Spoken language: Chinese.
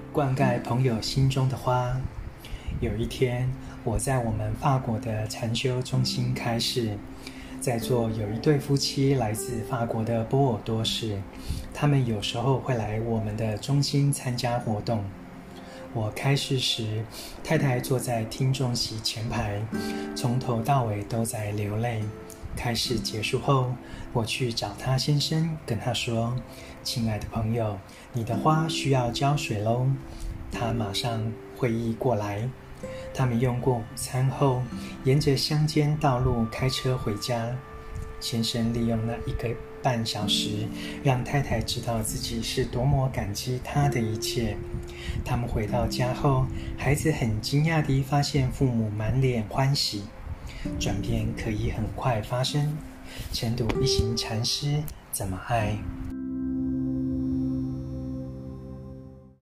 灌溉朋友心中的花。有一天，我在我们法国的禅修中心开示，在座有一对夫妻来自法国的波尔多市，他们有时候会来我们的中心参加活动。我开示时，太太坐在听众席前排，从头到尾都在流泪。开示结束后，我去找他先生，跟他说：“亲爱的朋友，你的花需要浇水咯。”他马上会意过来。他们用过午餐后，沿着乡间道路开车回家。先生利用那1个半小时，让太太知道自己是多么感激他的一切。他们回到家后，孩子很惊讶地发现父母满脸欢喜。转变可以很快发生。晨读一行禅师怎么爱？